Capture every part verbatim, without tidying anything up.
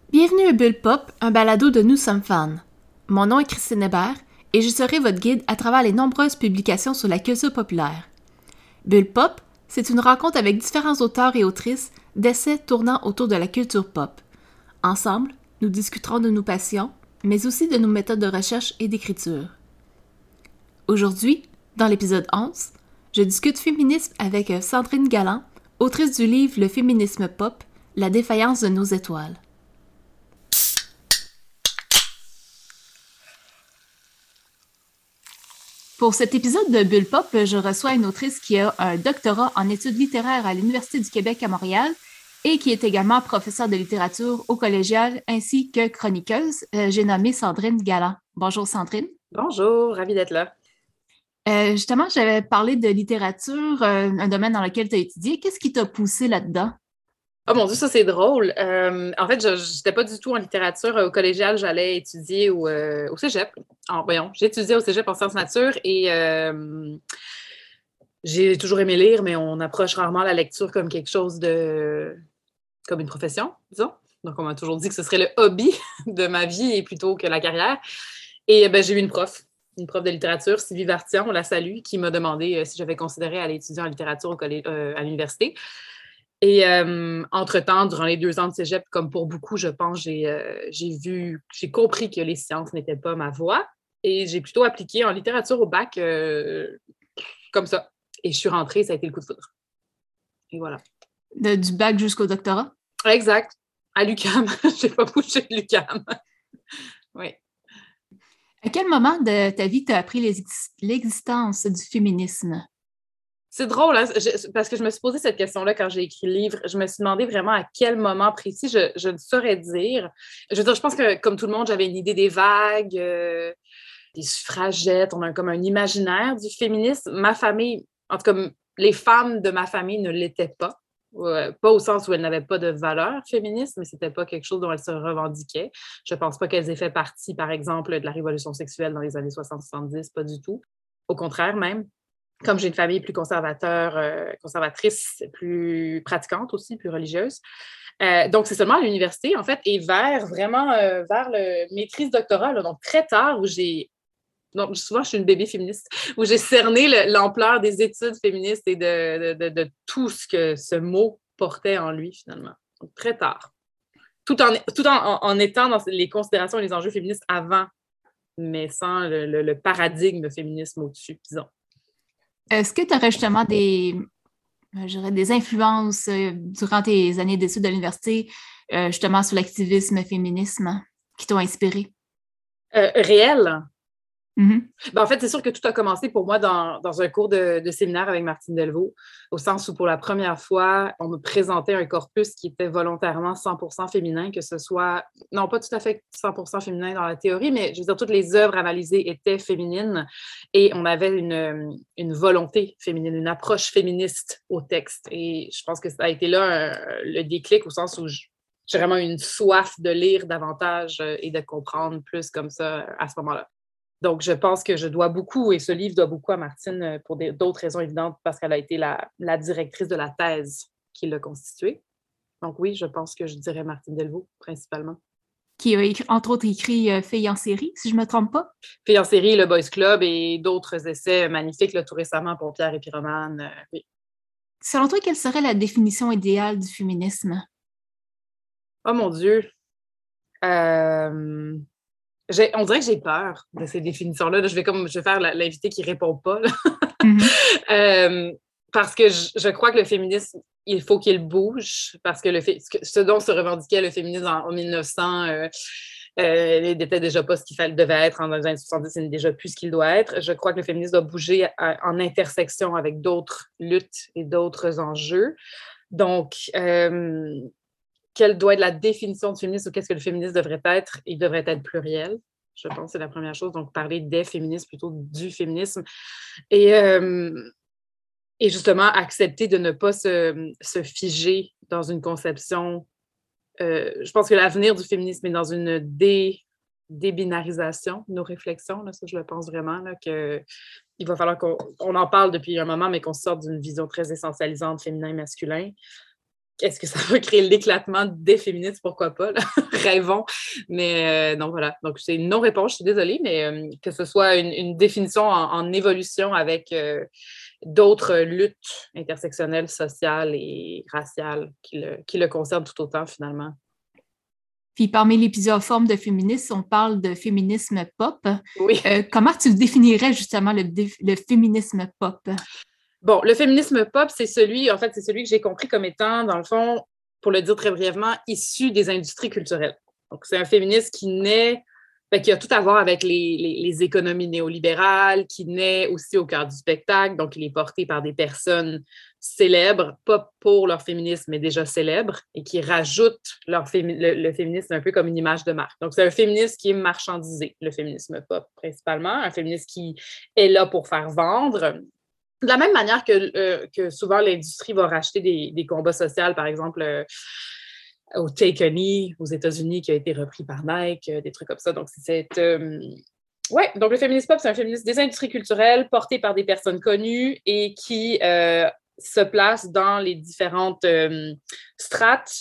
Bienvenue à Bulle Pop, un balado de Nous sommes fans. Mon nom est Christine Hébert et je serai votre guide à travers les nombreuses publications sur la culture populaire. Bulle Pop, c'est une rencontre avec différents auteurs et autrices d'essais tournant autour de la culture pop. Ensemble, nous discuterons de nos passions, mais aussi de nos méthodes de recherche et d'écriture. Aujourd'hui, dans l'épisode onze, je discute féminisme avec Sandrine Galland, autrice du livre Le féminisme pop, la défaillance de nos étoiles. Pour cet épisode de Bulle Pop, je reçois une autrice qui a un doctorat en études littéraires à l'Université du Québec à Montréal et qui est également professeure de littérature au collégial ainsi que chroniqueuse. Euh, j'ai nommé Sandrine Galland. Bonjour Sandrine. Bonjour, ravie d'être là. Euh, justement, j'avais parlé de littérature, euh, un domaine dans lequel tu as étudié. Qu'est-ce qui t'a poussé là-dedans? Oh mon Dieu, ça c'est drôle. Euh, en fait, je n'étais pas du tout en littérature au collégial, j'allais étudier au, euh, au cégep. En, voyons, j'étudiais au cégep en sciences nature et euh, j'ai toujours aimé lire, mais on approche rarement la lecture comme quelque chose de... comme une profession, disons. Donc, on m'a toujours dit que ce serait le hobby de ma vie et plutôt que la carrière. Et ben, j'ai eu une prof, une prof de littérature, Sylvie Vartian, on la salue, qui m'a demandé euh, si j'avais considéré aller étudier en littérature au collé- euh, à l'université. Et euh, entre-temps, durant les deux ans de cégep, comme pour beaucoup, je pense, j'ai, euh, j'ai vu, j'ai compris que les sciences n'étaient pas ma voie. Et j'ai plutôt appliqué en littérature au bac euh, comme ça. Et je suis rentrée, ça a été le coup de foudre. Et voilà. De, du bac jusqu'au doctorat? Exact. À l'U Q A M. Je n'ai pas bougé de l'U Q A M. Oui. À quel moment de ta vie t'as appris l'exist- l'existence du féminisme? C'est drôle, hein? Je, parce que je me suis posé cette question-là quand j'ai écrit le livre. Je me suis demandé vraiment à quel moment précis, je, je ne saurais dire. Je veux dire, je pense que, comme tout le monde, j'avais une idée des vagues, euh, des suffragettes, on a comme un imaginaire du féminisme. Ma famille, en tout cas, les femmes de ma famille ne l'étaient pas. Euh, pas au sens où elles n'avaient pas de valeur féministe, mais c'était pas quelque chose dont elles se revendiquaient. Je pense pas qu'elles aient fait partie, par exemple, de la révolution sexuelle dans les années soixante soixante-dix, pas du tout. Au contraire, même. Comme j'ai une famille plus conservateur, euh, conservatrice, plus pratiquante aussi, plus religieuse. Euh, donc, c'est seulement à l'université, en fait, et vers vraiment euh, vers le maîtrise doctorat, là, donc très tard, où j'ai donc, souvent, je suis une bébé féministe, où j'ai cerné le, l'ampleur des études féministes et de, de, de, de tout ce que ce mot portait en lui, finalement. Donc, très tard. Tout en, tout en, en étant dans les considérations et les enjeux féministes avant, mais sans le, le, le paradigme féminisme au-dessus, disons. Est-ce que tu aurais justement des, euh, je dirais, des influences euh, durant tes années d'études à l'université, euh, justement sur l'activisme féminisme, qui t'ont inspiré? Euh, réel, Mm-hmm. ben, en fait, c'est sûr que tout a commencé pour moi dans, dans un cours de, de séminaire avec Martine Delvaux, au sens où pour la première fois, on me présentait un corpus qui était volontairement cent pour cent féminin, que ce soit, non pas tout à fait cent pour cent féminin dans la théorie, mais je veux dire, toutes les œuvres analysées étaient féminines et on avait une, une volonté féminine, une approche féministe au texte. Et je pense que ça a été là un, le déclic au sens où je, j'ai vraiment une soif de lire davantage et de comprendre plus comme ça à ce moment-là. Donc, je pense que je dois beaucoup, et ce livre doit beaucoup à Martine pour des, d'autres raisons évidentes, parce qu'elle a été la, la directrice de la thèse qui l'a constituée. Donc oui, je pense que je dirais Martine Delvaux, principalement. Qui a écrit, entre autres écrit euh, Filles en série, si je ne me trompe pas. Puis en série, Le Boys Club et d'autres essais magnifiques, là, tout récemment, pour Pierre et Pyromane. Euh, oui. Selon toi, quelle serait la définition idéale du féminisme? Oh mon Dieu! Euh... J'ai, on dirait que j'ai peur de ces définitions-là. Là, je vais comme je vais faire la, l'invité qui répond pas. Mm-hmm. euh, parce que je, je, crois que le féminisme, il faut qu'il bouge, parce que, le fait, ce dont se revendiquait le féminisme en, en mille neuf cents, euh, euh, il n'était déjà pas ce qu'il fallait, devait être en les années soixante-dix, il n'est déjà plus ce qu'il doit être. Je crois que le féminisme doit bouger à, en intersection avec d'autres luttes et d'autres enjeux. Donc, euh, quelle doit être la définition du féminisme ou qu'est-ce que le féminisme devrait être? Il devrait être pluriel. Je pense que c'est la première chose. Donc, parler des féministes plutôt du féminisme. Et, euh, et justement, accepter de ne pas se, se figer dans une conception. Euh, je pense que l'avenir du féminisme est dans une dé, débinarisation de nos réflexions. Là, ça, je le pense vraiment, là, que il va falloir qu'on on en parle depuis un moment, mais qu'on sorte d'une vision très essentialisante féminin-masculin. est-ce que ça va créer l'éclatement des féministes? Pourquoi pas? Là? Rêvons. Mais euh, non, voilà. Donc, c'est une non-réponse, je suis désolée, mais euh, que ce soit une, une définition en, en évolution avec euh, d'autres luttes intersectionnelles, sociales et raciales qui le, qui le concernent tout autant, finalement. Puis parmi les plusieurs formes de féminisme, on parle de féminisme pop. Oui. Euh, comment tu définirais justement le, le féminisme pop? Bon, le féminisme pop, c'est celui, en fait, c'est celui que j'ai compris comme étant, dans le fond, pour le dire très brièvement, issu des industries culturelles. Donc, c'est un féminisme qui naît, ben, qui a tout à voir avec les, les, les économies néolibérales, qui naît aussi au cœur du spectacle. Donc, il est porté par des personnes célèbres, pas pour leur féminisme, mais déjà célèbres, et qui rajoutent leur fémi- le, le féminisme un peu comme une image de marque. Donc, c'est un féminisme qui est marchandisé, le féminisme pop principalement, un féminisme qui est là pour faire vendre. De la même manière que, euh, que souvent l'industrie va racheter des, des combats sociaux, par exemple euh, au Take a Knee aux États-Unis qui a été repris par Nike, euh, des trucs comme ça. Donc, c'est cette. Euh... Ouais, donc le féminisme pop, c'est un féminisme des industries culturelles porté par des personnes connues et qui euh, se place dans les différentes euh, strates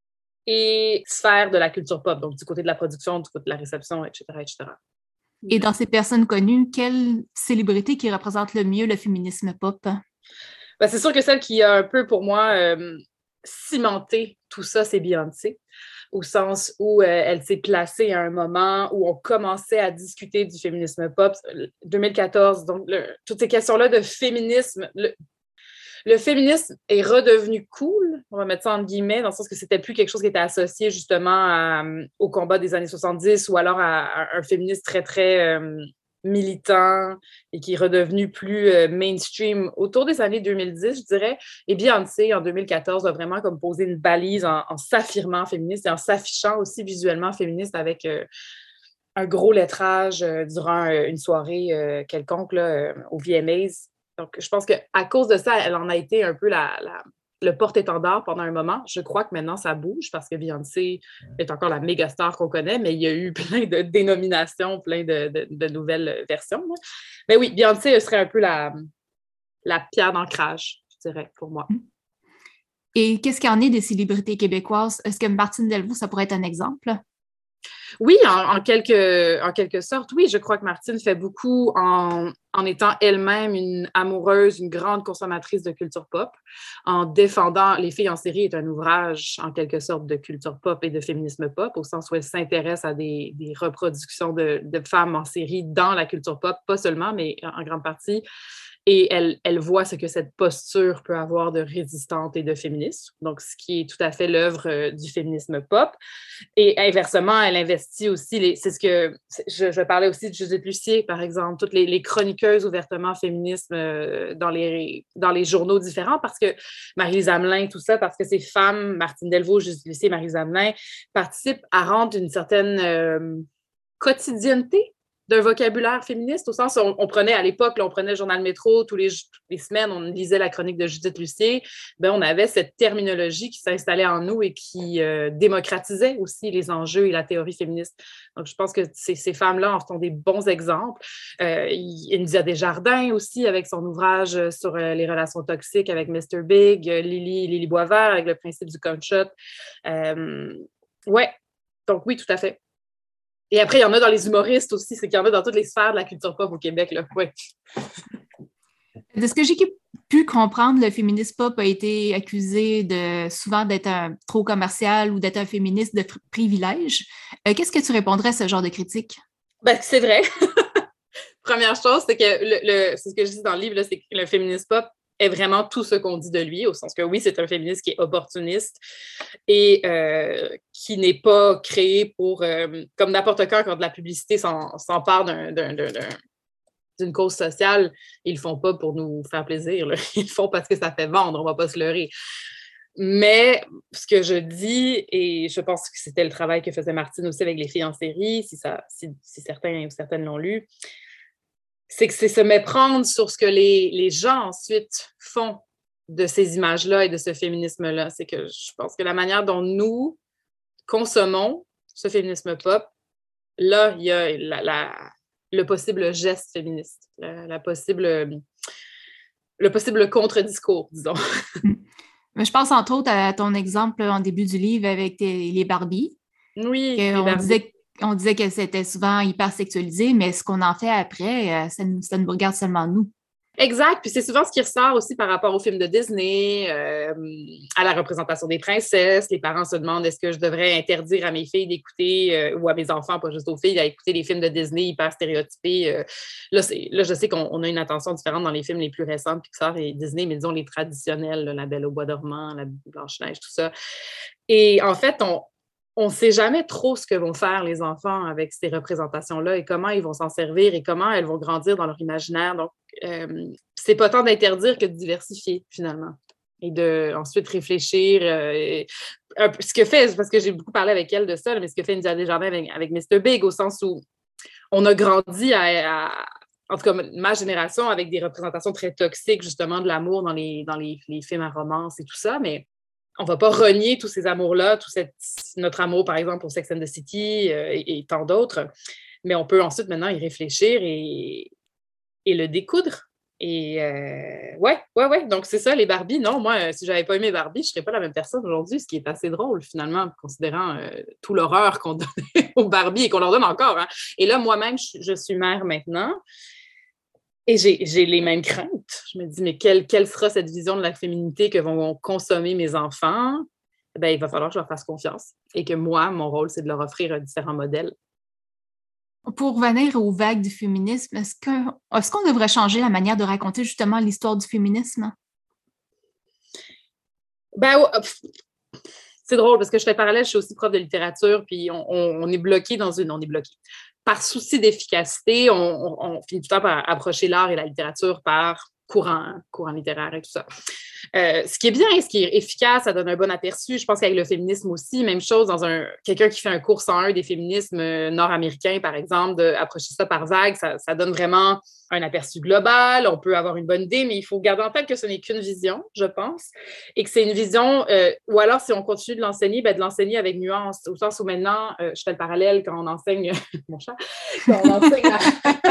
et sphères de la culture pop, donc du côté de la production, du côté de la réception, et cetera, et cetera. Et dans ces personnes connues, quelle célébrité qui représente le mieux le féminisme pop? Ben, c'est sûr que celle qui a un peu, pour moi, euh, cimenté tout ça, c'est Beyoncé, au sens où euh, elle s'est placée à un moment où on commençait à discuter du féminisme pop, deux mille quatorze, donc le, toutes ces questions-là de féminisme, le, le féminisme est redevenu cool, on va mettre ça entre guillemets, dans le sens que c'était plus quelque chose qui était associé justement à, au combat des années soixante-dix ou alors à, à un féminisme très, très euh, militant et qui est redevenu plus euh, mainstream autour des années deux mille dix, je dirais. Et Beyoncé, en deux mille quatorze, a vraiment comme posé une balise en, en s'affirmant féministe et en s'affichant aussi visuellement féministe avec euh, un gros lettrage euh, durant euh, une soirée euh, quelconque là, euh, au V M As. Donc, je pense qu'à cause de ça, elle en a été un peu la, la, le porte-étendard pendant un moment. Je crois que maintenant, ça bouge parce que Beyoncé est encore la méga star qu'on connaît, mais il y a eu plein de dénominations, plein de, de, de nouvelles versions. Là. Mais oui, Beyoncé serait un peu la, la pierre d'ancrage, je dirais, pour moi. Et qu'est-ce qu'il y en est des célébrités québécoises? Est-ce que Martine Delvaux, ça pourrait être un exemple? Oui, en, en, quelque, en quelque sorte, oui. Je crois que Martine fait beaucoup en, en étant elle-même une amoureuse, une grande consommatrice de culture pop, en défendant Les filles en série est un ouvrage, en quelque sorte, de culture pop et de féminisme pop, au sens où elle s'intéresse à des, des reproductions de, de femmes en série dans la culture pop, pas seulement, mais en grande partie. Et elle, elle voit ce que cette posture peut avoir de résistante et de féministe, donc ce qui est tout à fait l'œuvre euh, du féminisme pop. Et inversement, elle investit aussi, les, c'est ce que je, je parlais aussi de Judith Lucier, par exemple, toutes les, les chroniqueuses ouvertement féministes euh, dans, les, dans les journaux différents, parce que Marie-Lise Amelin, tout ça, parce que ces femmes, Martine Delvaux, Judith Lucier, Marie-Lise Amelin, participent à rendre une certaine euh, quotidienneté d'un vocabulaire féministe, au sens où on, on prenait à l'époque, là, on prenait le journal Métro, tous les, toutes les semaines, on lisait la chronique de Judith Lucier, ben, on avait cette terminologie qui s'installait en nous et qui euh, démocratisait aussi les enjeux et la théorie féministe. Donc, je pense que ces, ces femmes-là en sont des bons exemples. Euh, India Desjardins aussi, avec son ouvrage sur euh, les relations toxiques avec mister Big, euh, Lily, Lily Boisvert avec le principe du gunshot. Euh, ouais, donc oui, tout à fait. Et après, il y en a dans les humoristes aussi, c'est qu'il y en a dans toutes les sphères de la culture pop au Québec. Là. Ouais. De ce que j'ai pu comprendre, le féminisme pop a été accusé de souvent d'être un, trop commercial ou d'être un féministe de privilège. Euh, qu'est-ce que tu répondrais à ce genre de critique? Ben, c'est vrai. Première chose, c'est que le, le, c'est ce que je dis dans le livre, là, c'est que le féminisme pop est vraiment tout ce qu'on dit de lui, au sens que oui, c'est un féministe qui est opportuniste et euh, qui n'est pas créé pour, euh, comme n'importe quand, quand de la publicité s'empare d'un, d'un, d'un, d'un, d'une cause sociale, ils le font pas pour nous faire plaisir, là. Ils le font parce que ça fait vendre, on va pas se leurrer. Mais ce que je dis, et je pense que c'était le travail que faisait Martine aussi avec Les filles en série, si, ça, si, si certains ou certaines l'ont lu, c'est que c'est se méprendre sur ce que les, les gens ensuite font de ces images-là et de ce féminisme-là. C'est que je pense que la manière dont nous consommons ce féminisme pop, là, il y a la, la, le possible geste féministe, la, la possible, le possible contre-discours, disons. Mais je pense entre autres à ton exemple en début du livre avec tes- les Barbies, Oui, les qu'on Barbies. disait, on disait que c'était souvent hyper sexualisé, mais ce qu'on en fait après, euh, ça, nous- ça nous regarde seulement nous. Exact. Puis c'est souvent ce qui ressort aussi par rapport aux films de Disney, euh, à la représentation des princesses. Les parents se demandent est-ce que je devrais interdire à mes filles d'écouter, euh, ou à mes enfants, pas juste aux filles, à écouter des films de Disney hyper stéréotypés. Euh, là, c'est, là, je sais qu'on on a une attention différente dans les films les plus récents de Pixar et Disney, mais disons les traditionnels, là, La Belle au bois dormant, La Blanche-Neige, tout ça. Et en fait, on, on ne sait jamais trop ce que vont faire les enfants avec ces représentations-là et comment ils vont s'en servir et comment elles vont grandir dans leur imaginaire. Donc, euh, c'est pas tant d'interdire que de diversifier, finalement. Et de ensuite réfléchir. Euh, un peu, ce que fait, parce que j'ai beaucoup parlé avec elle de ça, mais ce que fait India Desjardins avec, avec mister Big, au sens où on a grandi à, à en tout cas, ma génération, avec des représentations très toxiques, justement, de l'amour dans les, dans les, les films à romance et tout ça, mais on ne va pas renier tous ces amours-là, tout cette, notre amour, par exemple, pour Sex and the City euh, et, et, tant d'autres, mais on peut ensuite maintenant y réfléchir et, et le découdre. Et euh, ouais, ouais, ouais. Donc, c'est ça, les Barbies. Non, moi, si j'avais pas aimé Barbie, je serais pas la même personne aujourd'hui, ce qui est assez drôle, finalement, considérant euh, tout l'horreur qu'on donnait aux Barbies et qu'on leur donne encore. Hein. Et là, moi-même, je, je suis mère maintenant. Et j'ai, j'ai les mêmes craintes. Je me dis, mais quelle, quelle sera cette vision de la féminité que vont consommer mes enfants? Ben, il va falloir que je leur fasse confiance et que moi, mon rôle, c'est de leur offrir différents modèles. Pour revenir aux vagues du féminisme, est-ce que, est-ce qu'on devrait changer la manière de raconter justement l'histoire du féminisme? Ben, c'est drôle parce que je fais parallèle, je suis aussi prof de littérature, puis on, on, on est bloqué dans une... On est bloqué. Par souci d'efficacité, on, on, on finit tout le temps par approcher l'art et la littérature par courant, courant littéraire et tout ça. Euh, ce qui est bien, ce qui est efficace, ça donne un bon aperçu. Je pense qu'avec le féminisme aussi, même chose dans un quelqu'un qui fait un cours cent un des féminismes nord-américains, par exemple, d'approcher ça par vague, ça, ça donne vraiment un aperçu global. On peut avoir une bonne idée, mais il faut garder en tête que ce n'est qu'une vision, je pense, et que c'est une vision, euh, ou alors si on continue de l'enseigner, ben, de l'enseigner avec nuance, au sens où maintenant, euh, je fais le parallèle quand on enseigne, mon chat, quand on enseigne la,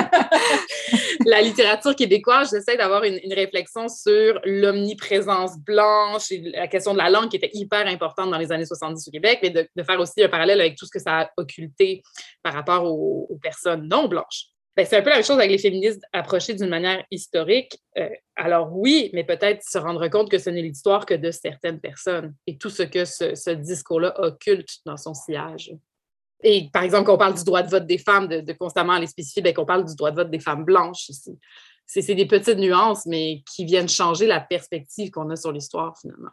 la littérature québécoise, j'essaie d'avoir une, une réflexion sur l'omniprésence blanche et la question de la langue qui était hyper importante dans les années soixante-dix au Québec, mais de, de faire aussi un parallèle avec tout ce que ça a occulté par rapport aux, aux personnes non blanches. Ben, c'est un peu la même chose avec les féministes approchés d'une manière historique. Euh, alors oui, mais peut-être se rendre compte que ce n'est l'histoire que de certaines personnes et tout ce que ce, ce discours-là occulte dans son sillage. Et par exemple, qu'on parle du droit de vote des femmes, de, de constamment les spécifier, bien, qu'on parle du droit de vote des femmes blanches ici. C'est, c'est des petites nuances, mais qui viennent changer la perspective qu'on a sur l'histoire, finalement.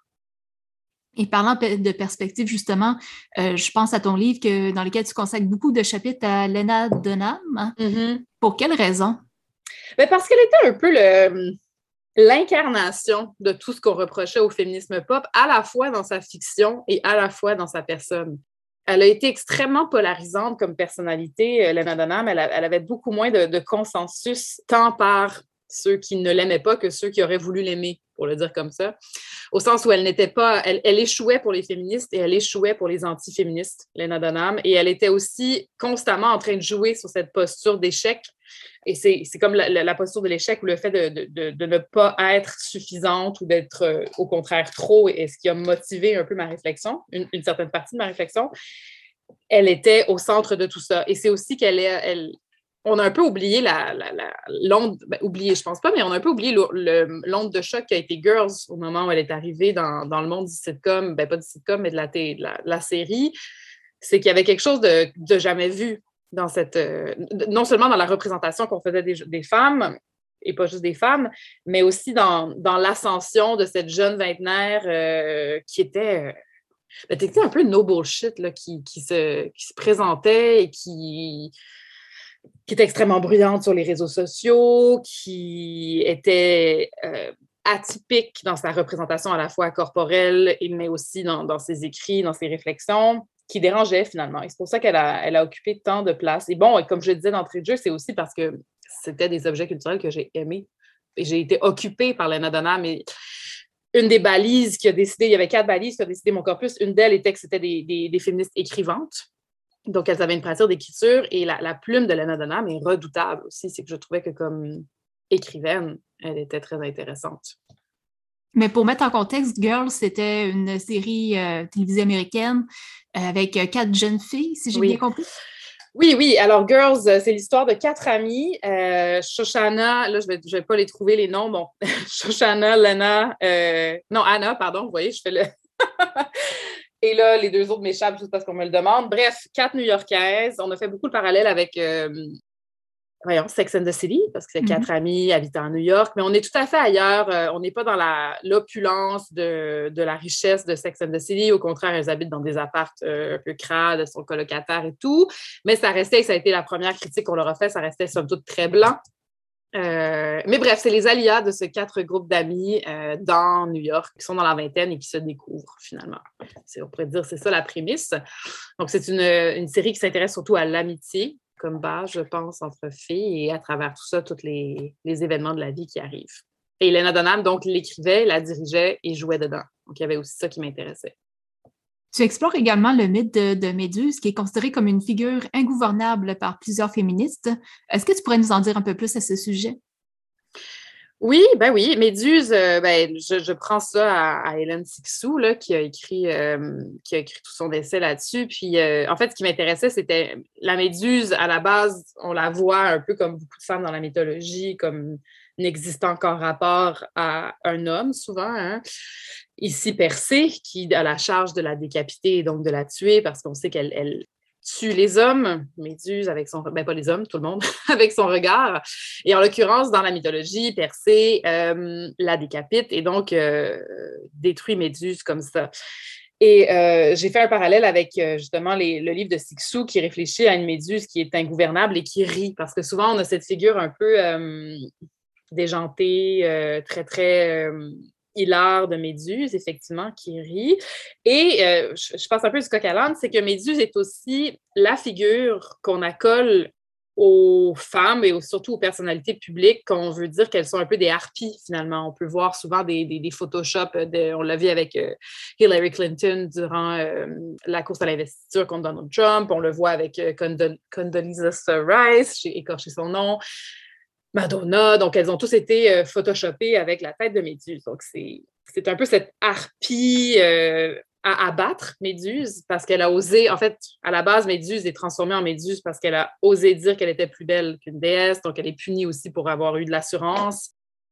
Et parlant de perspective, justement, euh, je pense à ton livre que, dans lequel tu consacres beaucoup de chapitres à Lena Dunham. Mm-hmm. Pour quelle raison? Bien, parce qu'elle était un peu le, l'incarnation de tout ce qu'on reprochait au féminisme pop, à la fois dans sa fiction et à la fois dans sa personne. Elle a été extrêmement polarisante comme personnalité, Lena Dunham. Elle, a, elle avait beaucoup moins de, de consensus, tant par ceux qui ne l'aimaient pas que ceux qui auraient voulu l'aimer, pour le dire comme ça. Au sens où elle n'était pas... Elle, elle échouait pour les féministes et elle échouait pour les anti-féministes, Lena Dunham. Et elle était aussi constamment en train de jouer sur cette posture d'échec. Et c'est, c'est comme la, la posture de l'échec ou le fait de, de, de ne pas être suffisante ou d'être euh, au contraire trop, et ce qui a motivé un peu ma réflexion, une, une certaine partie de ma réflexion. Elle était au centre de tout ça. Et c'est aussi qu'elle est... Elle, on a un peu oublié la, la, la, l'onde, ben, oublié, je pense pas, mais on a un peu oublié le, le, l'onde de choc qui a été Girls au moment où elle est arrivée dans, dans le monde du sitcom, ben pas du sitcom, mais de la, de la, de la série. C'est qu'il y avait quelque chose de, de jamais vu dans cette, euh, non seulement dans la représentation qu'on faisait des, des femmes, et pas juste des femmes, mais aussi dans, dans l'ascension de cette jeune vingtenaire euh, qui était... Euh, ben, t'étais un peu no bullshit, là, qui, qui, se, qui se présentait et qui... qui était extrêmement bruyante sur les réseaux sociaux, qui était euh, atypique dans sa représentation à la fois corporelle, mais aussi dans, dans ses écrits, dans ses réflexions, qui dérangeait finalement. Et c'est pour ça qu'elle a, elle a occupé tant de place. Et bon, comme je le disais d'entrée de jeu, c'est aussi parce que c'était des objets culturels que j'ai aimés. Et j'ai été occupée par Lena Dunham. Mais une des balises qui a décidé, il y avait quatre balises qui ont décidé mon corpus. Une d'elles était que c'était des, des, des féministes écrivantes. Donc, elles avaient une pratique d'écriture et la, la plume de Lena Dunham est redoutable aussi. C'est que je trouvais que comme écrivaine, elle était très intéressante. Mais pour mettre en contexte, Girls, c'était une série euh, télévisée américaine euh, avec euh, quatre jeunes filles, si j'ai bien Oui. compris. Oui, oui. Alors, Girls, euh, c'est l'histoire de quatre amies. Euh, Shoshana, là, je vais, je vais pas les trouver les noms. Bon, Shoshana, Lena, euh, non, Anna, pardon, vous voyez, je fais le. Et là, les deux autres m'échappent juste parce qu'on me le demande. Bref, quatre New-Yorkaises. On a fait beaucoup de parallèles avec euh, voyons, Sex and the City, parce que c'est quatre Mhm. amis habitant à New York, mais on est tout à fait ailleurs. Euh, on n'est pas dans la, l'opulence de, de la richesse de Sex and the City. Au contraire, elles habitent dans des apparts euh, un peu crades, elles sont colocataires et tout. Mais ça restait, ça a été la première critique qu'on leur a fait, ça restait somme toute très blanc. Euh, mais bref, c'est les alias de ces quatre groupes d'amis euh, dans New York qui sont dans la vingtaine et qui se découvrent finalement. C'est, on pourrait dire c'est ça la prémisse. Donc, c'est une, une série qui s'intéresse surtout à l'amitié comme base, je pense, entre filles et à travers tout ça, tous les, les événements de la vie qui arrivent. Et Lena Dunham, donc, l'écrivait, la dirigeait et jouait dedans. Donc, il y avait aussi ça qui m'intéressait. Tu explores également le mythe de, de Méduse, qui est considéré comme une figure ingouvernable par plusieurs féministes. Est-ce que tu pourrais nous en dire un peu plus à ce sujet? Oui, ben oui. Méduse, euh, ben, je, je prends ça à, à Hélène Sixou, là, qui a écrit, euh, qui a écrit tout son essai là-dessus. Puis, euh, en fait, ce qui m'intéressait, c'était la méduse, à la base, on la voit un peu comme beaucoup de femmes dans la mythologie, comme n'existant qu'en rapport à un homme, souvent, hein. Ici, Persée, qui a la charge de la décapiter et donc de la tuer, parce qu'on sait qu'elle elle tue les hommes, Méduse avec son... Ben, pas les hommes, tout le monde, avec son regard. Et en l'occurrence, dans la mythologie, Persée euh, la décapite et donc euh, détruit Méduse comme ça. Et euh, j'ai fait un parallèle avec euh, justement les, le livre de Sixou qui réfléchit à une Méduse qui est ingouvernable et qui rit, parce que souvent, on a cette figure un peu euh, déjantée, euh, très, très... Euh, hilar de Méduse, effectivement, qui rit. Et euh, je, je passe un peu du coq à l'âne, c'est que Méduse est aussi la figure qu'on accole aux femmes et aux, surtout aux personnalités publiques qu'on veut dire qu'elles sont un peu des harpies, finalement. On peut voir souvent des, des, des Photoshop, de, on l'a vu avec euh, Hillary Clinton durant euh, la course à l'investiture contre Donald Trump, on le voit avec euh, Condol- Condoleezza Rice, j'ai écorché son nom, Madonna, donc elles ont tous été euh, photoshopées avec la tête de Méduse. Donc c'est, c'est un peu cette harpie euh, à abattre, Méduse, parce qu'elle a osé, en fait, à la base, Méduse est transformée en Méduse parce qu'elle a osé dire qu'elle était plus belle qu'une déesse, donc elle est punie aussi pour avoir eu de l'assurance.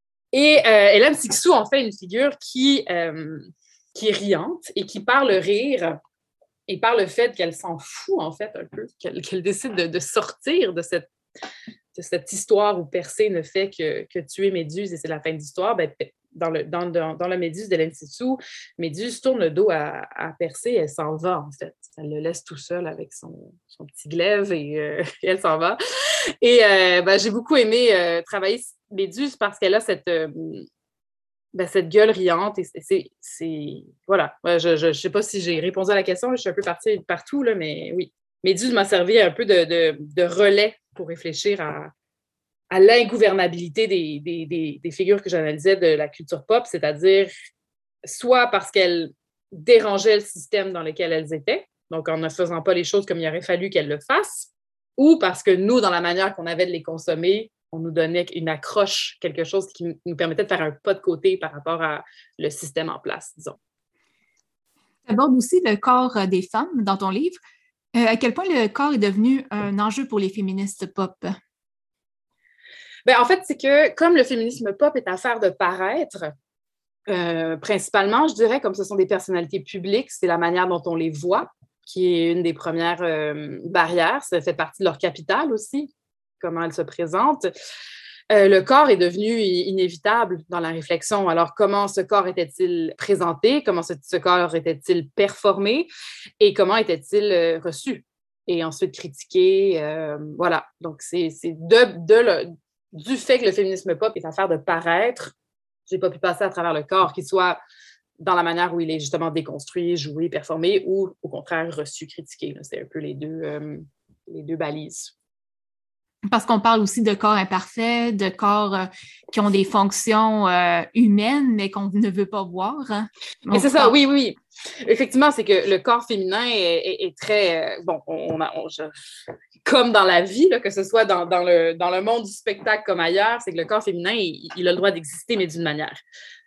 Et euh, Hélène Sixou en fait une figure qui, euh, qui est riante et qui, par le rire et par le fait qu'elle s'en fout, en fait, un peu, qu'elle, qu'elle décide de, de sortir de cette de cette histoire où Persée ne fait que, que tuer Méduse et c'est la fin de l'histoire, ben, dans, le, dans, dans, dans la Méduse d'Hélène Sixou, Méduse tourne le dos à, à Persée et elle s'en va, en fait. Elle le laisse tout seul avec son, son petit glaive et, euh, et elle s'en va. Et euh, ben, j'ai beaucoup aimé euh, travailler Méduse parce qu'elle a cette, euh, ben, cette gueule riante. Et c'est, c'est, voilà. Je ne sais pas si j'ai répondu à la question, je suis un peu partie partout, là, mais oui. Méduse m'a servi un peu de, de, de relais pour réfléchir à, à l'ingouvernabilité des, des, des, des figures que j'analysais de la culture pop, c'est-à-dire soit parce qu'elles dérangeaient le système dans lequel elles étaient, donc en ne faisant pas les choses comme il aurait fallu qu'elles le fassent, ou parce que nous, dans la manière qu'on avait de les consommer, on nous donnait une accroche, quelque chose qui nous permettait de faire un pas de côté par rapport à le système en place, disons. Tu abordes aussi le corps des femmes dans ton livre. Euh, à quel point le corps est devenu un enjeu pour les féministes pop? Ben, en fait, c'est que comme le féminisme pop est affaire de paraître, euh, principalement, je dirais, comme ce sont des personnalités publiques, c'est la manière dont on les voit qui est une des premières euh, barrières. Ça fait partie de leur capital aussi, comment elles se présentent. Euh, le corps est devenu inévitable dans la réflexion. Alors, comment ce corps était-il présenté? Comment ce, ce corps était-il performé? Et comment était-il euh, reçu? Et ensuite critiqué. Euh, voilà. Donc, c'est, c'est de, de le, du fait que le féminisme pop est affaire de paraître, j'ai pas pu passer à travers le corps, qu'il soit dans la manière où il est justement déconstruit, joué, performé, ou au contraire reçu, critiqué. Là. C'est un peu les deux, euh, les deux balises. Parce qu'on parle aussi de corps imparfaits, de corps euh, qui ont des fonctions euh, humaines, mais qu'on ne veut pas voir. Hein. Et On c'est ça, parle... oui, oui, oui. Effectivement, c'est que le corps féminin est, est, est très... Euh, bon, on a, on, je, comme dans la vie, là, que ce soit dans, dans, le, dans le monde du spectacle comme ailleurs, c'est que le corps féminin, il, il a le droit d'exister, mais d'une manière.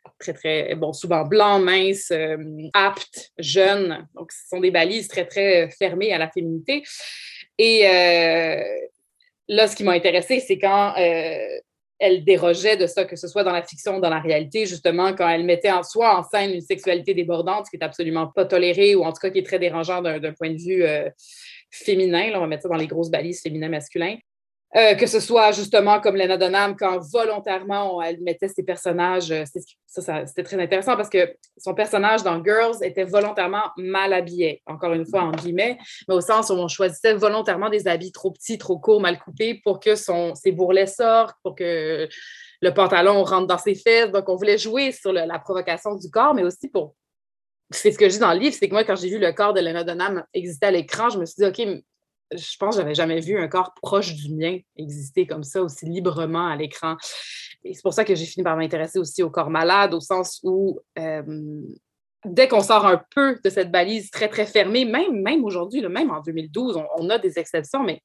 très, très, bon, souvent blancs, minces, euh, aptes, jeunes. Donc, ce sont des balises très, très fermées à la féminité. Et euh, là, ce qui m'a intéressée, c'est quand euh, elle dérogeait de ça, que ce soit dans la fiction ou dans la réalité, justement, quand elle mettait en soi en scène une sexualité débordante, ce qui est absolument pas toléré, ou en tout cas qui est très dérangeant d'un, d'un point de vue euh, féminin. Là, on va mettre ça dans les grosses balises féminin-masculin. Euh, que ce soit justement comme Lena Dunham, quand volontairement on, elle mettait ses personnages, euh, c'est, ça, ça, c'était très intéressant parce que son personnage dans Girls était volontairement mal habillé, encore une fois en guillemets, mais au sens où on choisissait volontairement des habits trop petits, trop courts, mal coupés pour que son, ses bourrelets sortent, pour que le pantalon rentre dans ses fesses. Donc on voulait jouer sur le, la provocation du corps, mais aussi pour... C'est ce que je dis dans le livre, c'est que moi, quand j'ai vu le corps de Lena Dunham exister à l'écran, je me suis dit, OK, je pense que j'avais jamais vu un corps proche du mien exister comme ça, aussi librement à l'écran. Et c'est pour ça que j'ai fini par m'intéresser aussi au corps malade, au sens où euh, dès qu'on sort un peu de cette balise très, très fermée, même, même aujourd'hui, là, même en deux mille douze, on, on a des exceptions, mais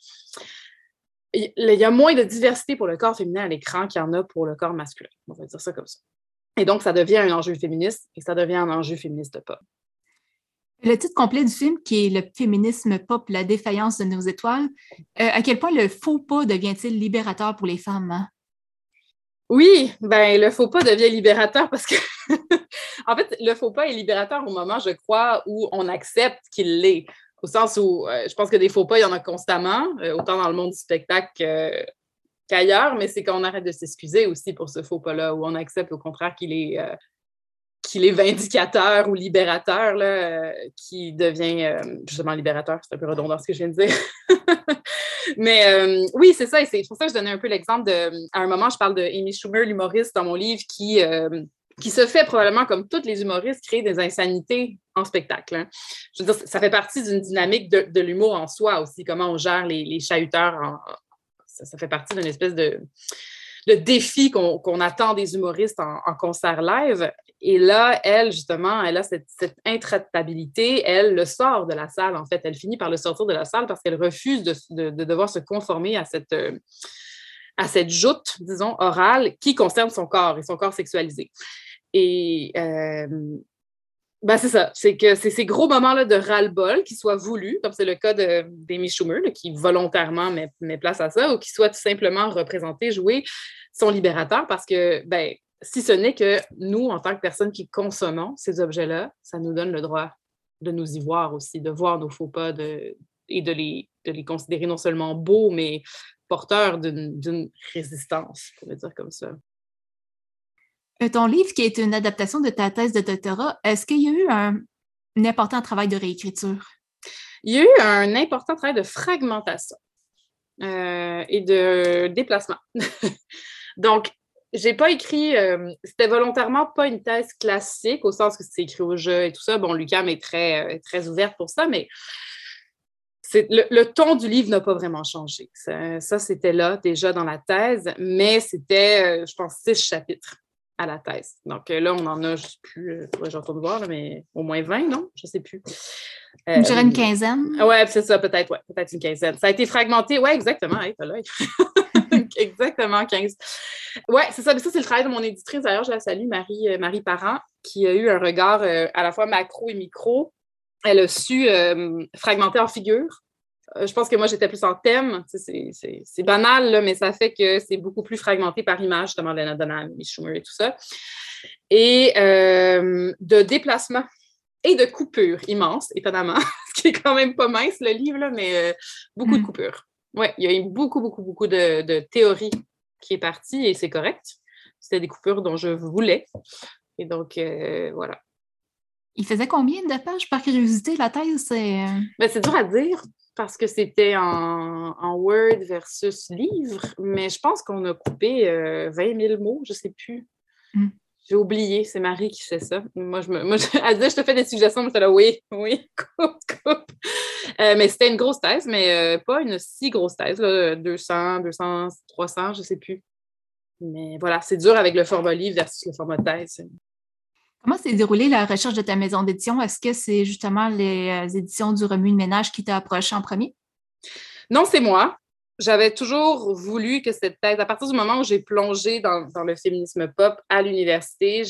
il y a moins de diversité pour le corps féminin à l'écran qu'il y en a pour le corps masculin. On va dire ça comme ça. Et donc, ça devient un enjeu féministe et ça devient un enjeu féministe pop. Le titre complet du film, qui est Le féminisme pop, la défaillance de nos étoiles, euh, à quel point le faux pas devient-il libérateur pour les femmes? Hein? Oui, ben le faux pas devient libérateur parce que, en fait, le faux pas est libérateur au moment, je crois, où on accepte qu'il l'est. Au sens où, euh, je pense que des faux pas, il y en a constamment, euh, autant dans le monde du spectacle euh, qu'ailleurs, mais c'est quand on arrête de s'excuser aussi pour ce faux pas-là, où on accepte au contraire qu'il est... Euh, qu'il est vindicateur ou libérateur, là, euh, qui devient euh, justement libérateur. C'est un peu redondant ce que je viens de dire. Mais euh, oui, c'est ça. Et c'est pour ça que je donnais un peu l'exemple de... À un moment, je parle de Amy Schumer, l'humoriste dans mon livre, qui, euh, qui se fait probablement, comme tous les humoristes, créer des insanités en spectacle. Hein. Je veux dire, ça fait partie d'une dynamique de, de l'humour en soi aussi, comment on gère les, les chahuteurs. En, ça, ça fait partie d'une espèce de... le défi qu'on, qu'on attend des humoristes en, en concert live. Et là, elle, justement, elle a cette, cette intraitabilité. Elle le sort de la salle, en fait. Elle finit par le sortir de la salle parce qu'elle refuse de, de, de devoir se conformer à cette, euh, à cette joute, disons, orale qui concerne son corps et son corps sexualisé. Et... Euh, ben c'est ça, c'est que c'est ces gros moments-là de ras-le-bol qui soient voulus, comme c'est le cas de, d'Amy Schumer, là, qui volontairement met, met place à ça, ou qui soient tout simplement représentés, joués, sont libérateurs parce que, ben, si ce n'est que nous, en tant que personnes qui consommons ces objets-là, ça nous donne le droit de nous y voir aussi, de voir nos faux pas de, et de les, de les considérer non seulement beaux, mais porteurs d'une, d'une résistance, pour le dire comme ça. Ton livre, qui est une adaptation de ta thèse de doctorat, est-ce qu'il y a eu un, un important travail de réécriture? Il y a eu un important travail de fragmentation euh, et de déplacement. Donc, j'ai pas écrit, euh, c'était volontairement pas une thèse classique, au sens que c'est écrit au jeu et tout ça. Bon, l'U Q A M est très, très ouverte pour ça, mais c'est, le, le ton du livre n'a pas vraiment changé. Ça, ça, c'était là déjà dans la thèse, mais c'était, euh, je pense, six chapitres à la thèse. Donc euh, là, on en a, je ne sais plus, euh, je retourne voir, là, mais au moins vingt, non? Je ne sais plus. Euh, je dirais une quinzaine. Oui, c'est ça, peut-être, ouais, peut-être une quinzaine. Ça a été fragmenté, oui, exactement. Hey, t'as l'œil. Exactement, quinze. Oui, c'est ça. Mais ça, c'est le travail de mon éditrice. D'ailleurs, je la salue, Marie, euh, Marie Parent, qui a eu un regard euh, à la fois macro et micro. Elle a su euh, fragmenter en figures. Je pense que moi, j'étais plus en thème. C'est, c'est, c'est banal, là, mais ça fait que c'est beaucoup plus fragmenté par image, justement, Lena Dunham, Amy Schumer et tout ça. Et euh, de déplacement et de coupures immenses, étonnamment, ce qui est quand même pas mince, le livre, là, mais euh, beaucoup mm. de coupures. Oui, il y a eu beaucoup, beaucoup, beaucoup de, de théorie qui est partie et c'est correct. C'était des coupures dont je voulais. Et donc, euh, voilà. Il faisait combien de pages par curiosité, la thèse? C'est, ben, c'est dur à dire. Parce que c'était en, en Word versus livre, mais je pense qu'on a coupé euh, vingt mille mots, je ne sais plus. Mm. J'ai oublié, c'est Marie qui fait ça. Moi, je me, moi je, elle disait, je te fais des suggestions, mais j'étais là, oui, oui, coupe, coupe. Euh, mais c'était une grosse thèse, mais euh, pas une si grosse thèse, là, deux cents, deux cents, trois cents, je ne sais plus. Mais voilà, c'est dur avec le format livre versus le format thèse. Comment s'est déroulée la recherche de ta maison d'édition? Est-ce que c'est justement les éditions du Remue de Ménage qui t'a approché en premier? Non, c'est moi. J'avais toujours voulu que cette thèse, à partir du moment où j'ai plongé dans, dans le féminisme pop à l'université, je,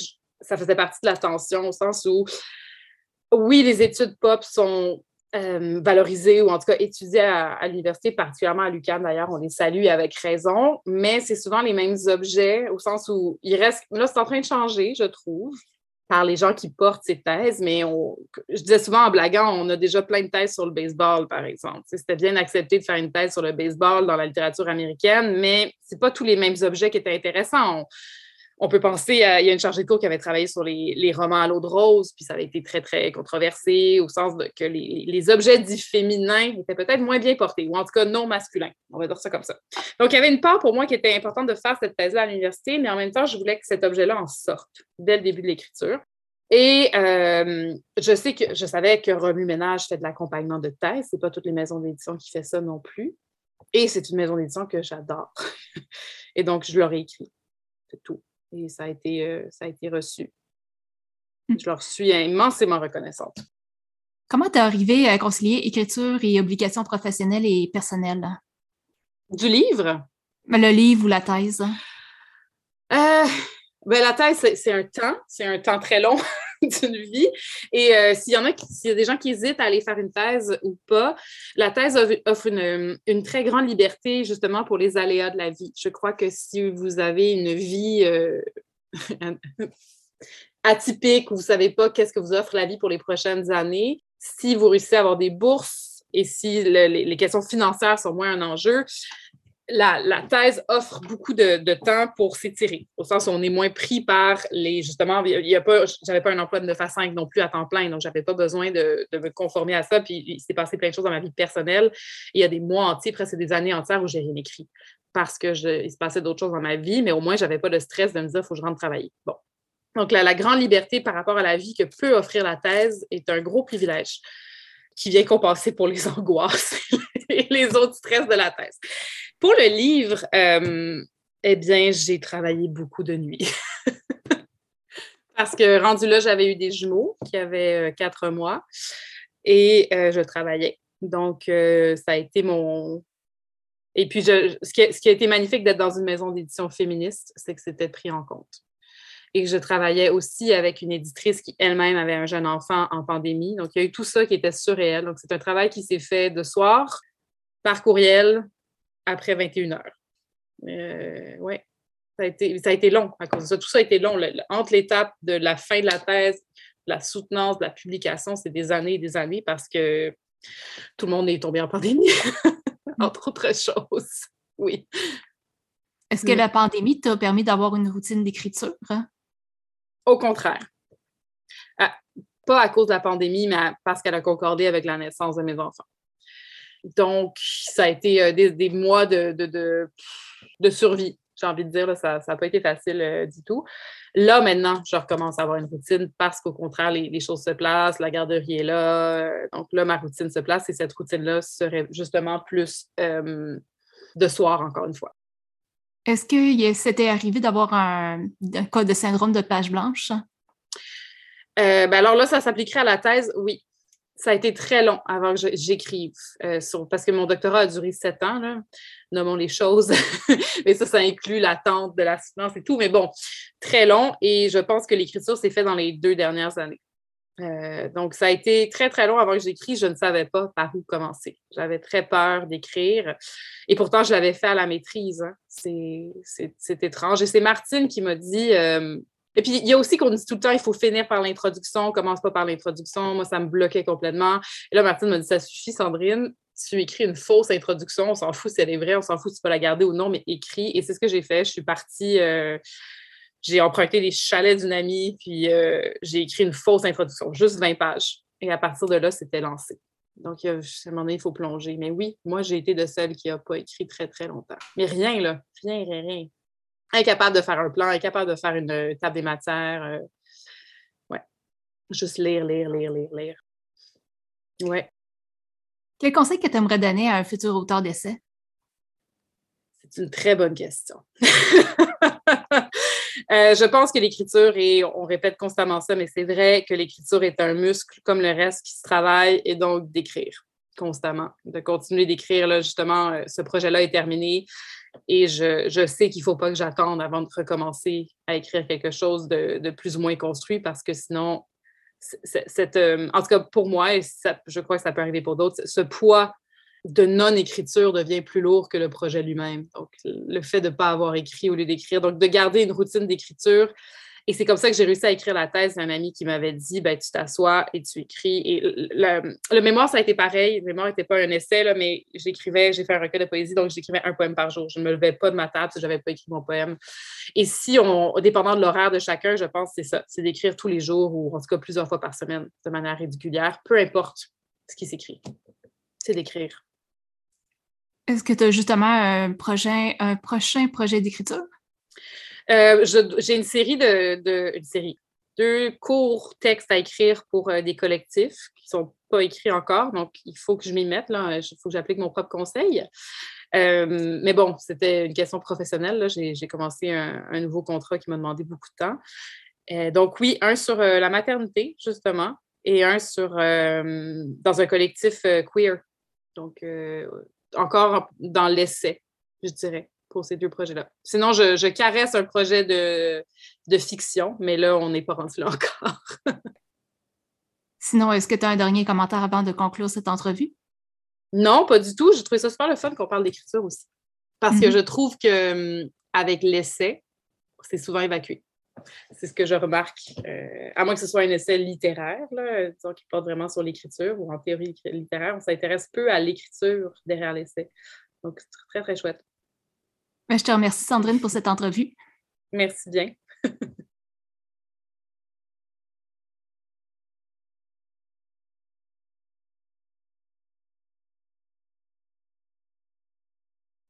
ça faisait partie de la tension au sens où, oui, les études pop sont euh, valorisées ou en tout cas étudiées à, à l'université, particulièrement à l'U Q A M d'ailleurs, on les salue avec raison, mais c'est souvent les mêmes objets au sens où il reste, là c'est en train de changer, je trouve, par les gens qui portent ces thèses, mais on, je disais souvent en blaguant, on a déjà plein de thèses sur le baseball, par exemple. Tu sais, c'était bien accepté de faire une thèse sur le baseball dans la littérature américaine, mais c'est pas tous les mêmes objets qui étaient intéressants. On, on peut penser à, il y a une chargée de cours qui avait travaillé sur les, les romans à l'eau de rose, puis ça avait été très, très controversé au sens de, que les, les objets dits féminins étaient peut-être moins bien portés, ou en tout cas non masculins. On va dire ça comme ça. Donc, il y avait une part pour moi qui était importante de faire cette thèse-là à l'université, mais en même temps, je voulais que cet objet-là en sorte dès le début de l'écriture. Et euh, je sais que je savais que Remue Ménage fait de l'accompagnement de thèse. C'est pas toutes les maisons d'édition qui font ça non plus. Et c'est une maison d'édition que j'adore. Et donc, je leur ai écrit. C'est tout. Et ça a été, euh, ça a été reçu. Je leur suis immensément reconnaissante. Comment t'es arrivée à concilier écriture et obligations professionnelles et personnelles? Du livre? Le livre ou la thèse? Euh, ben, la thèse, c'est, c'est un temps. C'est un temps très long d'une vie. Et euh, s'il y en a, qui, s'il y a des gens qui hésitent à aller faire une thèse ou pas, la thèse offre une, une très grande liberté justement pour les aléas de la vie. Je crois que si vous avez une vie euh, atypique, où vous ne savez pas qu'est-ce que vous offre la vie pour les prochaines années, si vous réussissez à avoir des bourses et si le, les, les questions financières sont moins un enjeu, La, la thèse offre beaucoup de, de temps pour s'étirer, au sens où on est moins pris par les, justement, il y a pas, j'avais pas un emploi de neuf à cinq non plus à temps plein, donc j'avais pas besoin de, de me conformer à ça, puis il s'est passé plein de choses dans ma vie personnelle, et il y a des mois entiers, presque des années entières où j'ai rien écrit, parce que je, il se passait d'autres choses dans ma vie, mais au moins j'avais pas de stress de me dire, il faut que je rentre travailler. Bon. Donc la, la grande liberté par rapport à la vie que peut offrir la thèse est un gros privilège qui vient compenser pour les angoisses et les autres stress de la thèse. Pour le livre, euh, eh bien, j'ai travaillé beaucoup de nuits. Parce que rendu là, j'avais eu des jumeaux qui avaient euh, quatre mois et euh, je travaillais. Donc, euh, ça a été mon... Et puis, je, ce, qui a, ce qui a été magnifique d'être dans une maison d'édition féministe, c'est que c'était pris en compte. Et que je travaillais aussi avec une éditrice qui elle-même avait un jeune enfant en pandémie. Donc, il y a eu tout ça qui était surréel. Donc, c'est un travail qui s'est fait de soir, par courriel, après vingt et une heures. Euh, oui, ça a été, ça a été long à cause de ça. Tout ça a été long. Le, le, entre l'étape de la fin de la thèse, de la soutenance, de la publication, c'est des années et des années parce que tout le monde est tombé en pandémie, entre autres choses. Oui. Est-ce que mm. la pandémie t'a permis d'avoir une routine d'écriture? Hein? Au contraire. Ah, pas à cause de la pandémie, mais parce qu'elle a concordé avec la naissance de mes enfants. Donc, ça a été euh, des, des mois de, de, de, de survie, j'ai envie de dire. Là, ça n'a pas été facile euh, du tout. Là, maintenant, je recommence à avoir une routine parce qu'au contraire, les, les choses se placent, la garderie est là. Donc là, ma routine se place et cette routine-là serait justement plus euh, de soir, encore une fois. Est-ce que c'était arrivé d'avoir un, un cas de syndrome de page blanche? Euh, ben alors là, ça s'appliquerait à la thèse, oui. Ça a été très long avant que j'écrive, euh, sur, parce que mon doctorat a duré sept ans, là. Nommons les choses. Mais ça, ça inclut l'attente de la soutenance et tout. Mais bon, très long. Et je pense que l'écriture s'est faite dans les deux dernières années. Euh, donc, ça a été très, très long avant que j'écris. Je ne savais pas par où commencer. J'avais très peur d'écrire. Et pourtant, je l'avais fait à la maîtrise. Hein. C'est, c'est, c'est étrange. Et c'est Martine qui m'a dit... Euh, Et puis, il y a aussi qu'on dit tout le temps, il faut finir par l'introduction, commence pas par l'introduction. Moi, ça me bloquait complètement. Et là, Martine m'a dit, ça suffit, Sandrine, tu écris une fausse introduction, on s'en fout si elle est vraie, on s'en fout si tu peux la garder ou non, mais écris. Et c'est ce que j'ai fait. Je suis partie, euh, j'ai emprunté les chalets d'une amie, puis euh, j'ai écrit une fausse introduction, juste vingt pages. Et à partir de là, c'était lancé. Donc, à un moment donné, il faut plonger. Mais oui, moi, j'ai été de celle qui n'a pas écrit très, très longtemps. Mais rien, là. Rien, rien, rien. Incapable de faire un plan, incapable de faire une table des matières. Euh, ouais. Juste lire, lire, lire, lire, lire. Ouais. Quel conseil que tu aimerais donner à un futur auteur d'essai? C'est une très bonne question. euh, je pense que l'écriture, et on répète constamment ça, mais c'est vrai que l'écriture est un muscle comme le reste qui se travaille, et donc d'écrire constamment, de continuer d'écrire. Là, justement, ce projet-là est terminé. Et je, je sais qu'il ne faut pas que j'attende avant de recommencer à écrire quelque chose de, de plus ou moins construit parce que sinon, c'est, cette, euh, en tout cas pour moi, et ça, je crois que ça peut arriver pour d'autres, ce poids de non-écriture devient plus lourd que le projet lui-même. Donc, le fait de ne pas avoir écrit au lieu d'écrire, donc de garder une routine d'écriture. Et c'est comme ça que j'ai réussi à écrire la thèse. Un ami qui m'avait dit, ben, tu t'assois et tu écris. Et le, le mémoire, ça a été pareil. Le mémoire n'était pas un essai, là, mais j'écrivais, j'ai fait un recueil de poésie, donc j'écrivais un poème par jour. Je ne me levais pas de ma table si je n'avais pas écrit mon poème. Et si on, dépendant de l'horaire de chacun, je pense que c'est ça, c'est d'écrire tous les jours ou en tout cas plusieurs fois par semaine de manière régulière, peu importe ce qui s'écrit. C'est d'écrire. Est-ce que tu as justement un projet, un prochain projet d'écriture? Euh, je, j'ai une série de, de une série, deux courts textes à écrire pour euh, des collectifs qui ne sont pas écrits encore, donc il faut que je m'y mette, là. Il faut que j'applique mon propre conseil. Euh, mais bon, c'était une question professionnelle, là. J'ai, j'ai commencé un, un nouveau contrat qui m'a demandé beaucoup de temps. Euh, donc oui, un sur euh, la maternité, justement, et un sur euh, dans un collectif euh, queer. Donc, euh, encore dans l'essai, je dirais, pour ces deux projets-là. Sinon, je, je caresse un projet de, de fiction, mais là, on n'est pas rendu là encore. Sinon, est-ce que tu as un dernier commentaire avant de conclure cette entrevue? Non, pas du tout. J'ai trouvé ça super le fun qu'on parle d'écriture aussi. Parce Mm-hmm. que je trouve qu'avec l'essai, c'est souvent évacué. C'est ce que je remarque. Euh, à moins que ce soit un essai littéraire, là, disons, qui porte vraiment sur l'écriture ou en théorie littéraire, on s'intéresse peu à l'écriture derrière l'essai. Donc, c'est très, très chouette. Je te remercie, Sandrine, pour cette entrevue. Merci bien.